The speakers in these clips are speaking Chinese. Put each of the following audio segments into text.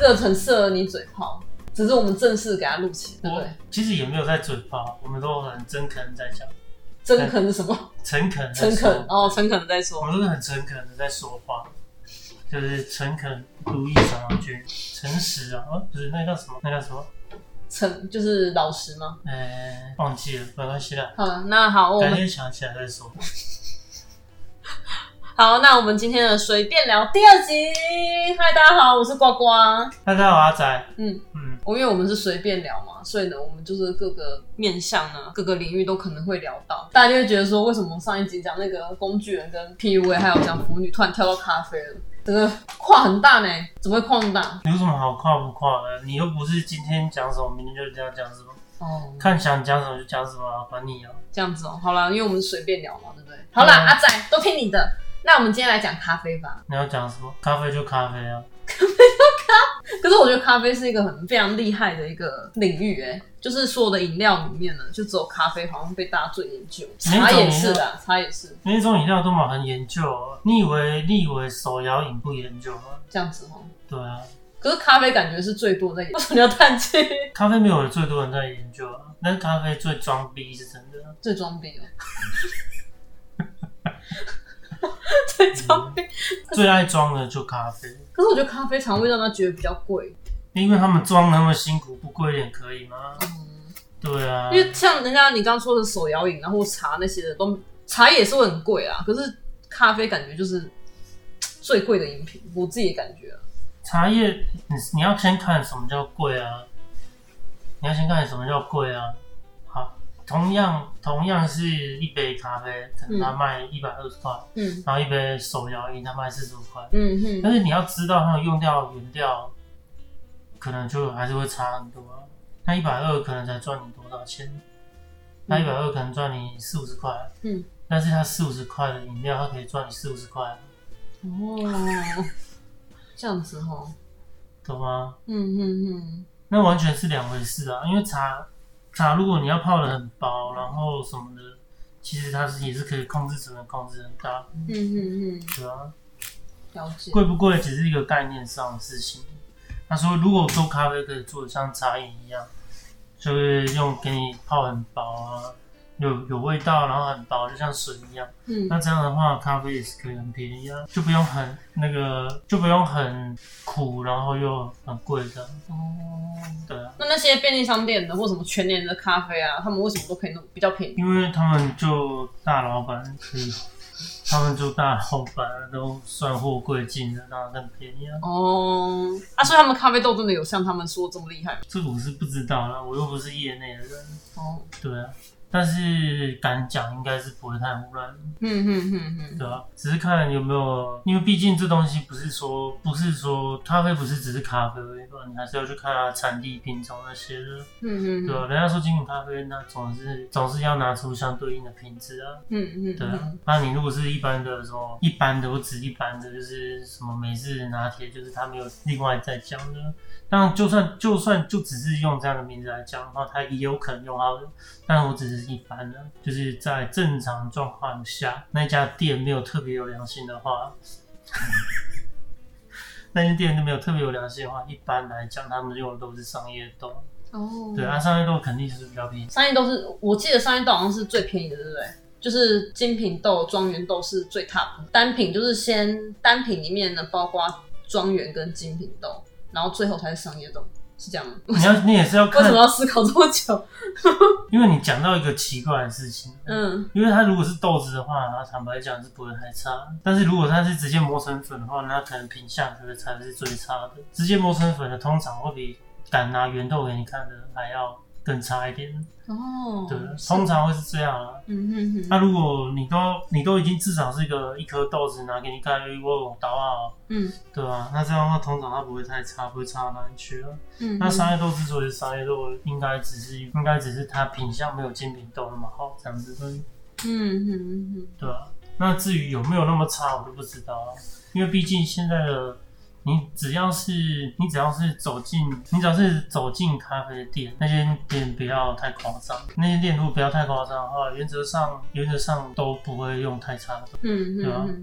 个很适合你嘴炮，只是我们正式给他录起，对不对？ 其实也没有在嘴炮，我们都很真恳在讲。 真恳是什么？ 诚恳， 诚恳哦，诚恳的在说。 我们都是很诚恳的在说话，就是诚恳如意小郎君，诚实啊，不是那叫什么？那叫什么？ 诚就是老实吗？ 忘记了，没关系啦。 好了，那好，我们改天想起来再说。 好，那我们今天的随便聊第2集。嗨，大家好，我是呱呱。 大家好，阿仔。 因为我们是随便聊嘛，所以呢，我们就是各个面向呢，各个领域都可能会聊到。大家就会觉得说，为什么上一集讲那个工具人跟 PUA， 还有讲腐女，突然跳到咖啡了？整个跨很大呢，怎么会跨那么大？ 有什么好跨不跨的？你又不是今天讲什么，明天就这样讲什么。 哦， 看想讲什么就讲什么啊，管你啊。 这样子哦，好啦，因为我们随便聊嘛，对不对？好啦，阿仔都听你的。那我们今天来讲咖啡吧。 你要讲什么？咖啡就咖啡啊。 可是我觉得咖啡是一个非常厉害的一个领域，就是所有的饮料里面呢，就只有咖啡好像被大家最研究。茶也是啦，茶也是。 每一种饮料都很研究啊。你以为手摇饮不研究吗？ 这样子哦。對啊。 可是咖啡感觉是最多在研究，为什么你要叹气？ 咖啡没有最多人在研究啊，但是咖啡最装逼是真的。 最装逼哦。最装逼， 最爱装的就咖啡。 可是我觉得咖啡常会让他觉得比较贵， 因为他们装那么辛苦，不贵一点可以吗？对啊， 因为像人家你刚刚说的手摇饮，然后茶那些的都，茶也是会很贵啊。可是咖啡感觉就是最贵的饮品，我自己的感觉啊。 茶叶你要先看什么叫贵啊，你要先看什么叫贵啊。好，同样是一杯咖啡，可能它卖120块，然后一杯手摇饮它卖45块，但是你要知道它的用掉原料，可能就还是会差很多啊。那120可能才赚你多少钱？那120可能赚你40-50块，但是它40-50块的饮料，它可以赚你40-50块。 哦，这样子哦， 懂吗？那完全是两回事啊，因为茶如果你要泡得很薄，然后什么的，其实它也是可以控制成本，控制很大。对啊。 了解。贵不贵只是一个概念上的事情。他说，如果做咖啡可以做得像茶饮一样，就是给你泡很薄啊，有味道，然后很薄，就像水一样。那这样的话，咖啡也是可以很便宜啊，就不用很苦，然后又很贵的。哦，对啊。 那些便利商店的或什么全联的咖啡啊，他们为什么都可以弄比较便宜？ 因为他们就大老板都算货柜进的，当然更便宜啊。 哦，所以他们咖啡豆真的有像他们说这么厉害？ 这个我是不知道啦，我又不是业内的人。 哦，对啊。但是敢讲应该是不会太污染。对啊，只是看有没有，因为毕竟这东西不是说咖啡不是只是咖啡而已吧，你还是要去看它的产地、品种那些的。对啊，人家说精品咖啡，那总是要拿出相对应的品质啊。对啊，那你如果是一般的什么一般的或只一般的，就是什么美式拿铁，就是他没有另外再讲的。当然，就算就只是用这样的名字来讲的话，它也有可能用好的。但我只是一般的，就是在正常状况下，那家店没有特别有良心的话，那间店没有特别有良心的话，一般来讲，他们用的都是商业豆。哦，对啊，商业豆肯定是比较便宜。 商业豆我记得商业豆好像是最便宜的，对不对？就是精品豆、庄园豆是最 top， 单品就是先单品里面呢包括庄园跟精品豆。然后最后才是商业豆，是这样吗？ 你也是要看， 为什么要思考这么久？ 因为你讲到一个奇怪的事情，因为它如果是豆子的话，它坦白讲是不会太差，但是如果它是直接磨成粉的话，那可能品相才是最差的。直接磨成粉的通常会比敢拿原豆给你看的还要更差一点。哦，对，通常会是这样啊。那如果你都已经至少是一颗豆子拿给你看，我有倒好，对吧？那这样的话，通常它不会太差，不会差到哪里去了。那商业豆之所以是商业豆，应该只是它品相没有精品豆那么好，这样子而已。对吧？那至于有没有那么差，我就不知道了，因为毕竟现在的。你只要是走进咖啡店，那间店不要太夸张。那间店如果不要太夸张的话，原则上都不会用太差的，对吧？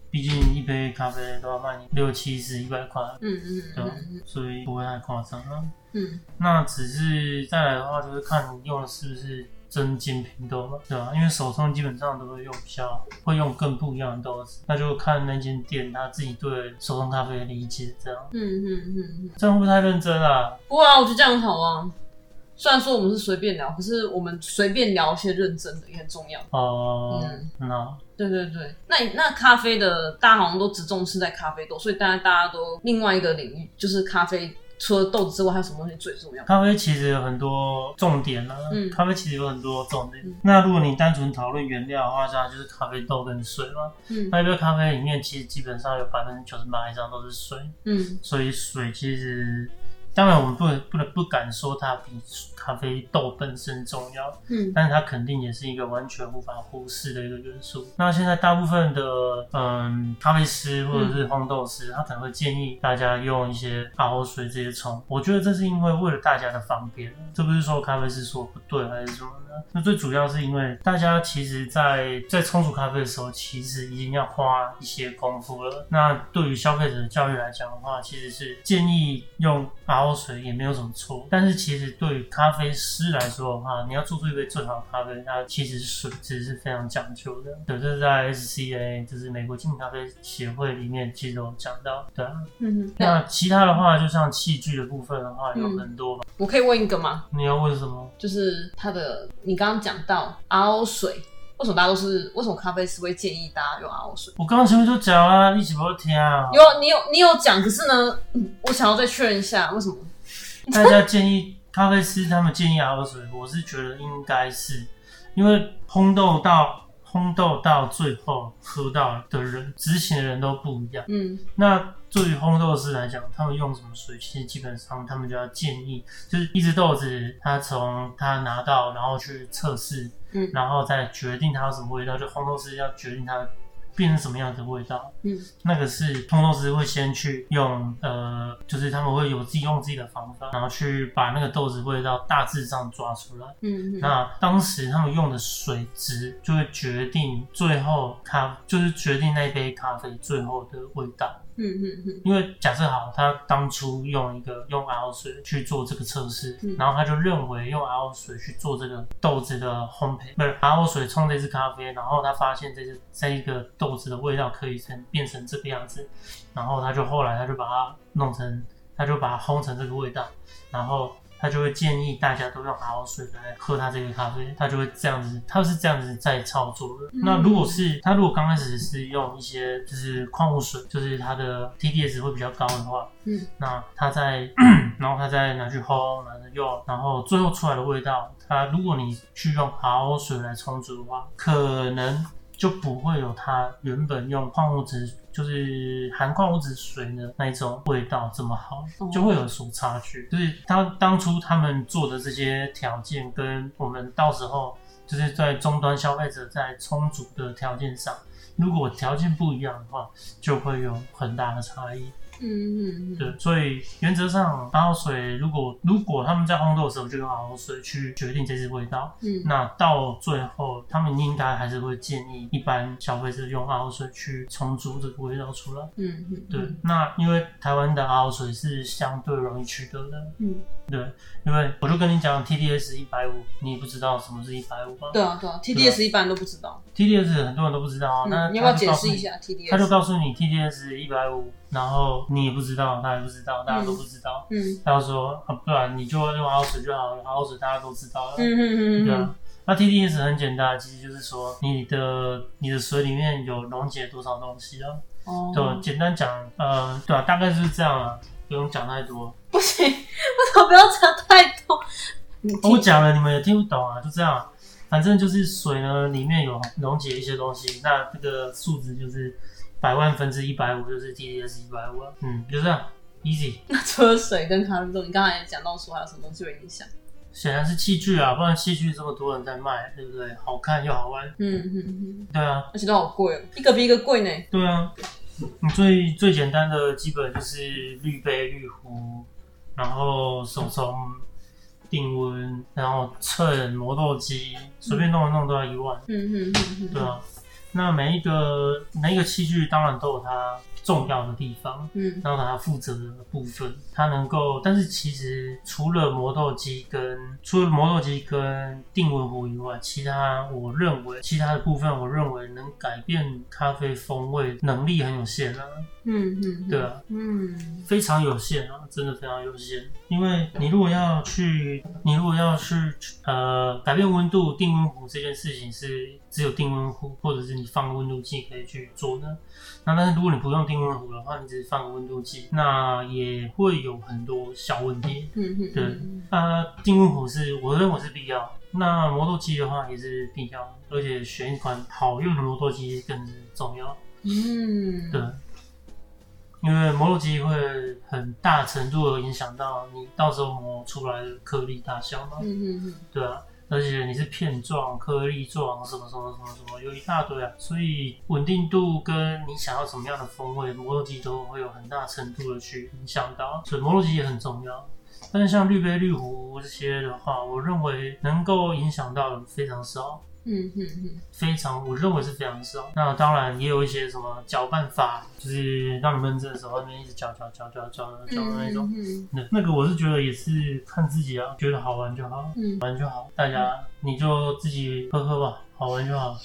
毕竟一杯咖啡都要卖你60、70、100块，对吧？所以不会太夸张了。那只是再来的话，就是看你用的是不是真精品豆嘛，对吧？因为手冲基本上都会用更不一样的豆子，那就看那间店他自己对手冲咖啡的理解这样。这样会不会太认真啊？ 不会啊，我觉得这样好啊。虽然说我们是随便聊，可是我们随便聊一些认真的也很重要。对。那咖啡的大家好像都只重视在咖啡豆，所以大家都另外一个领域就是咖啡。除了豆子之外，还有什么东西最重要？ 咖啡其实有很多重点啦，咖啡其实有很多重点。那如果你单纯讨论原料的话，像就是咖啡豆跟水嘛。那一杯咖啡里面其实基本上有98%以上都是水。所以水其实。当然，我们不敢说它比咖啡豆本身重要，但是它肯定也是一个完全无法忽视的一个元素。那现在大部分的咖啡师或者是烘豆师，他可能会建议大家用一些RO水直接冲。我觉得这是因为为了大家的方便，这不是说咖啡师说不对还是什么呢？那最主要是因为大家其实在冲煮咖啡的时候，其实已经要花一些功夫了。那对于消费者的教育来讲的话，其实是建议用RO水也没有什么错，但是其实对于咖啡师来说的话，你要做出一杯最好的咖啡，它其实水质是非常讲究的。对，这是在 SCA 就是美国精品咖啡协会里面其实有讲到，对啊。那其他的话，就像器具的部分的话，有很多嘛。 我可以问一个吗？ 你要问什么？ 就是它的，你刚刚讲到 RO 水。为什么咖啡师会建议大家用RO水？ 我刚刚前面就讲啊，你是不要听啊。 你有讲，可是呢，我想要再确认一下，为什么？ 大家建议咖啡师他们建议RO水，我是觉得应该是因为烘豆到最后喝到的人，执行的人都不一样。那对于烘豆师来讲，他们用什么水，其实基本上他们就要建议，就是一只豆子，他从他拿到，然后去测试。然后再决定它有什么味道，就烘豆师要决定它变成什么样的味道。那个是烘豆师会先去用就是他们会用自己的方法，然后去把那个豆子味道大致上抓出来。那当时他们用的水质就会决定最后就是决定那杯咖啡最后的味道。因为假设好，他当初用RO水去做这个测试，然后他就认为用RO水去做这个豆子的烘焙，不是 RO水冲这支咖啡，然后他发现这一个豆子的味道可以变成这个样子，然后后来他就把它烘成这个味道，然后他就会建议大家都用RO水来喝他这个咖啡，他就会这样子，他是这样子在操作的。那如果刚开始是用一些就是矿物水，就是它的 TDS 会比较高的话，那然后他再拿去烘，拿着用，然后最后出来的味道，如果你去用RO水来冲煮的话，可能就不会有它原本用矿物质，就是含矿物质水的那一种味道这么好，就会有所差距。就是当初他们做的这些条件，跟我们到时候就是在终端消费者在冲煮的条件上，如果条件不一样的话，就会有很大的差异。对，所以原则上RO水如果他们在烘豆的时候就用RO水去决定这支味道，那到最后他们应该还是会建议一般消费者用RO水去冲煮这个味道出来。对，那因为台湾的RO水是相对容易取得的。对，因为我就跟你讲 TDS 150，你不知道什么是150吗？ 对啊 TDS 一般都不知道。 TDS 很多人都不知道啊。那你要不要解释一下 TDS？ 他就告诉你 TDS 150，然后你也不知道，他也不知道，大家都不知道。他就说不然你就用RO水就好了，RO水大家都知道了。对啊。那 TDS 很简单，其实就是说你的水里面有溶解多少东西啊？对，简单讲，对啊，大概就是这样啊，不用讲太多。 不行，为什么不要讲太多？ 我讲了，你们也听不懂啊，就这样。反正就是水呢，里面有溶解一些东西，那这个数值就是100万分之150，就是 TDS 150啊。就这样 ，easy。 那除了水跟咖啡豆，你刚才也讲到说还有什么东西会影响？ 显然是器具啊，不然器具这么多人在卖，对不对？好看又好玩。对啊， 而且都好贵哦，一个比一个贵呢。 对啊，你最简单的基本就是滤杯、滤壶，然后手冲、定温，然后秤、磨豆机，随便弄一弄都要1万。对啊， 那每一个器具当然都有它重要的地方，然后它负责的部分，它能够，但是其实除了磨豆机跟定温壶以外，其他的部分我认为能改变咖啡风味能力很有限啊。对啊，非常有限啊，真的非常有限。因为你如果要去改变温度，定温壶这件事情是只有定温壶或者是你放温度计可以去做的。那但是如果你不用定温壶的话，你只是放个温度计，那也会有很多小问题。对，定温壶我认为是必要。那磨豆机的话也是必要，而且选一款好用的磨豆机更是重要。对。因为磨豆机会很大程度的影响到你到时候磨出来的颗粒大小嘛。对啊，而且你是片状、颗粒状什么有一大堆啊，所以稳定度跟你想要什么样的风味，磨豆机都会有很大程度的去影响到，所以磨豆机也很重要。但是像滤杯、滤壶这些的话，我认为能够影响到的非常少。我认为是非常少。那当然也有一些什么搅拌法，就是让你闷着的时候那边一直搅的那种。那个我是觉得也是看自己啊，觉得好玩就好，玩就好。大家你就自己喝喝吧，好玩就好。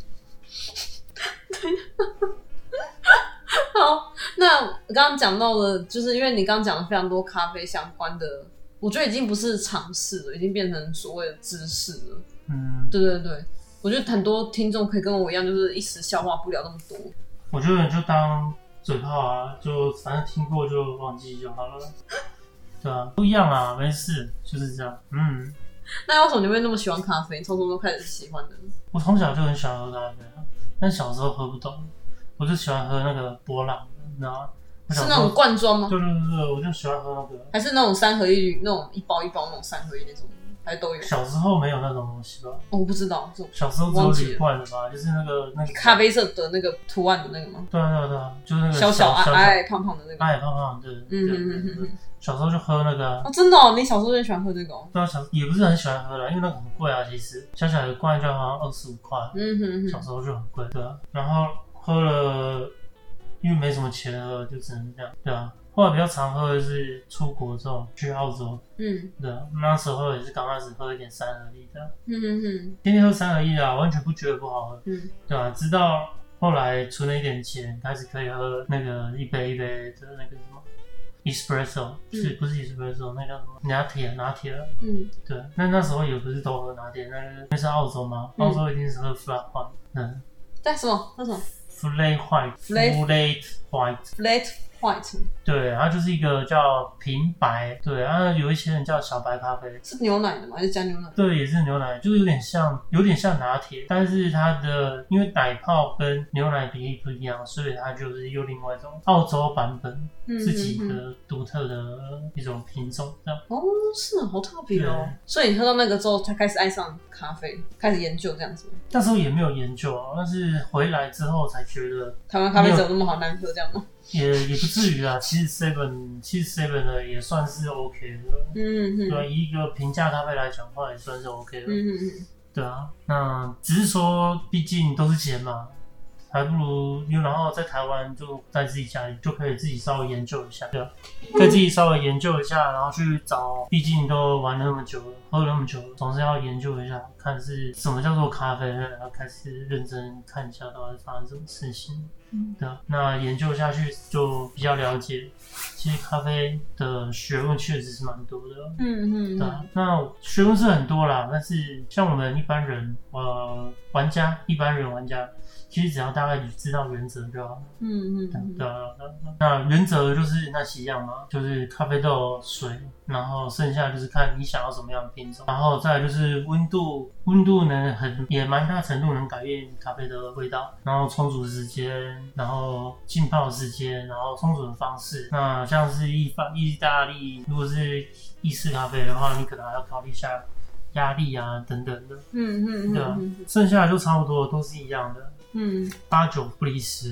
好，那我刚刚讲到的，就是因为你刚刚讲了非常多咖啡相关的，我觉得已经不是常识了，已经变成所谓的知识了。对，我觉得很多听众可以跟我一样，就是一时消化不了那么多。 我觉得你就当嘴炮啊，就反正听过就忘记就好了。对啊，不一样啊，没事，就是这样。 那为什么你会那么喜欢咖啡？从什么时候开始喜欢的？ 我从小就很喜欢喝咖啡，但小时候喝不懂，我就喜欢喝那个波浪，你知道吗？ 是那种罐装吗？ 对，我就喜欢喝那个。 还是那种3合1那种一包一包那种3合1那种？还是都有？ 小时候没有那种东西吧？ 我不知道， 小时候只有铝罐的吧？就是那个咖啡色的那个图案的那个吗？ 对啊，就是那个小矮胖胖的那个。 矮胖对。小时候就喝那个。 真的哦，你小时候就喜欢喝这个哦？ 对啊，也不是很喜欢喝啦，因为那个很贵啊，其实小小的罐就好像25块。小时候就很贵，对啊。然后喝了，因为没什么钱喝，就只能这样，对啊。后来比较常喝的是出国之后去澳洲，对啊，那时候也是刚开始喝一点3合1的，天天喝3合1的，完全不觉得不好喝，对啊，直到后来存了一点钱，开始可以喝那个一杯一杯的那个什么 espresso，不是 espresso， 那叫什么拿铁，对，那时候也不是都喝拿铁，那是澳洲嘛，澳洲一定是喝 flat white， 但什么 ？flat white， 对，它就是一个叫平白，对，然后有一些人叫小白咖啡， 是牛奶的吗？还是加牛奶？ 对，也是牛奶，就是有点像拿铁，但是它的因为奶泡跟牛奶比例不一样，所以它就是有另外一种澳洲版本自己的独特的一种品种，这样。 哦，是好特别哦。所以你喝到那个之后，才开始爱上咖啡，开始研究这样子。 那时候也没有研究啊，但是回来之后才觉得台湾咖啡怎么那么好难喝，这样吗？ 也不至于啦，其实 Seven 的也算是 OK 的，对啊，以一个平价咖啡来讲的话，也算是 OK 的，对啊，那只是说，毕竟都是钱嘛，还不如然后在台湾就在自己家里就可以自己稍微研究一下，对啊，可以自己稍微研究一下，然后去找，毕竟都玩了那么久了，喝了那么久了，总是要研究一下，看是什么叫做咖啡，然后开始认真看一下到底发生什么事情。对啊，那研究下去就比较了解，其实咖啡的学问确实是蛮多的。对啊，那学问是很多啦，但是像我们一般人，一般人玩家，其实只要大概知道原则就好。对啊，那原则就是那几样嘛，就是咖啡豆、水，然后剩下就是看你想要什么样的品种，然后再来就是温度也蛮大程度能改变咖啡的味道，然后冲煮时间，然后浸泡时间，然后冲煮的方式。那像是意大利，如果是意式咖啡的话，你可能还要考虑一下压力啊等等的。对啊，剩下的就差不多都是一样的。8-9不离10。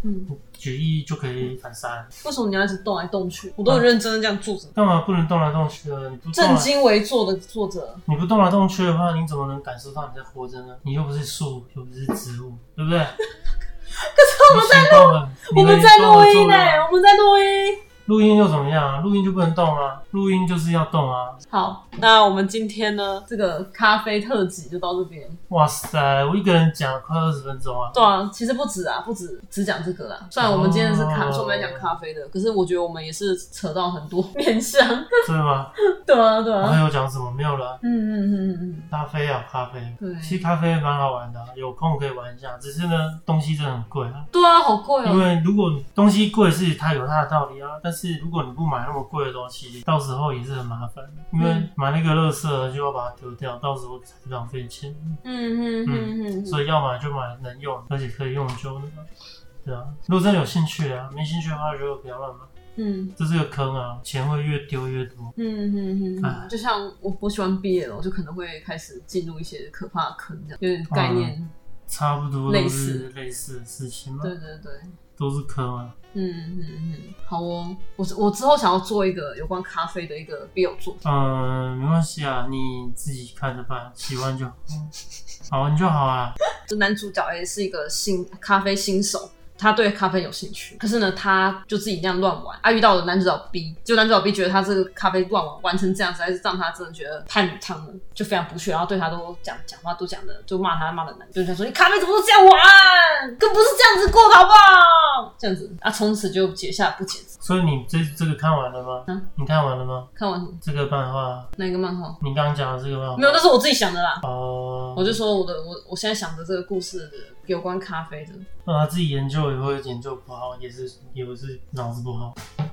举一就可以反3。 为什么你要一直动来动去？我都很认真的这样坐着。 干嘛不能动来动去呢？你不正襟危坐的坐着。 你不动来动去的话，你怎么能感受到你在活着呢？你又不是树，又不是植物，对不对？ 可是我们在录音呢，我们在录音。 录音又怎么样啊？录音就不能动啊？录音就是要动啊！ 好，那我们今天呢，这个咖啡特辑就到这边。 哇塞，我一个人讲快20分钟啊！ 对啊，其实不止啊，不止只讲这个啦。虽然我们今天是专门讲咖啡的，可是我觉得我们也是扯到很多面向。 真的吗？ 对啊，对啊。 我还有讲什么没有了？ 咖啡啊，咖啡。 对， 其实咖啡蛮好玩的，有空可以玩一下。只是呢，东西真的很贵啊。 对啊，好贵哦。 因为如果东西贵是它有它的道理啊，但是如果你不买那么贵的东西，到时候也是很麻烦。因为买那个垃圾就要把它丢掉，到时候才是浪费钱。所以要买就买能用而且可以用久的嘛。对啊，如果真的有兴趣啊，没兴趣的话就不要乱买。这是个坑啊，钱会越丢越多。 就像我喜欢毕业了，我就可能会开始进入一些可怕的坑，这样有点概念。 差不多都是类似的事情嘛。 对， 都是坑啊。 好哦，我之后想要做一个有关咖啡的一个 BL 作。 没关系啊，你自己看着办，喜欢就好，好玩就好啊。 这男主角也是一个咖啡新手。他对咖啡有兴趣，可是呢，他就自己这样乱玩啊，遇到了男主角 B， 就男主角 B 觉得他这个咖啡乱玩成这样，实在是让他真的觉得太母汤了，就非常不屑，然后对他都讲话都讲的，就骂他骂的难，就想说你咖啡怎么都这样玩，更不是这样子过的好不好？这样子啊，从此就结下不解。 所以你这个看完了吗？你看完了吗？ 看完什么？ 这个漫画？ 哪个漫画？ 你刚刚讲的这个漫画？ 没有，那是我自己想的啦。我就说我现在想的这个故事的有关咖啡的。 他自己研究也会研究不好，也是脑子不好。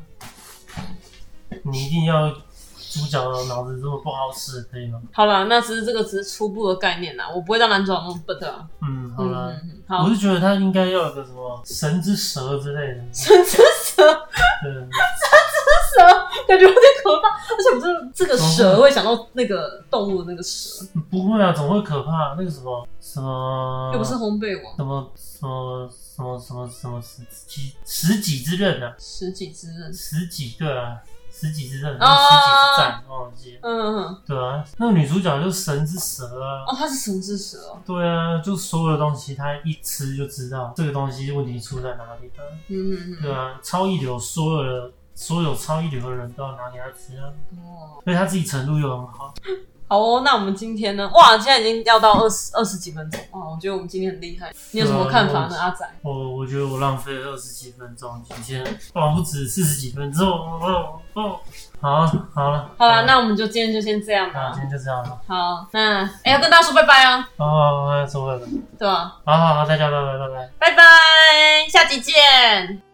你一定要主角的脑子这么不好使，可以吗？ 好啦，那这个只是初步的概念啦，我不会让男主角那么笨的啦。 好啦，我是觉得他应该要有个什么神之蛇之类的。 神之蛇？对。神之蛇感觉有点可怕，而且我这个蛇会想到那个动物的那个蛇。 不会啊，怎么会可怕？那个什么， 又不是烘焙王。 什么十几之刃啊？ 十几之刃？ 对啊。十几之刃，十几之战，忘记了。对啊，那个女主角就是神之蛇啊。 她是神之蛇哦。 对啊，就所有的东西，她一吃就知道这个东西问题出在哪里了。对啊，超一流，所有超一流的人都要拿给她吃啊。所以她自己程度又很好。 好哦，那我们今天呢？哇，现在已经要到20几分钟哇！我觉得我们今天很厉害。你有什么看法呢，阿仔？ 我觉得我浪费了20几分钟，今天不止40几分钟。好了， 那我们就今天就先这样了。 今天就这样了。 好，那要跟大家说拜拜啊！ 好，说拜拜。 对吧？ 好，大家拜拜， 拜拜，下集见。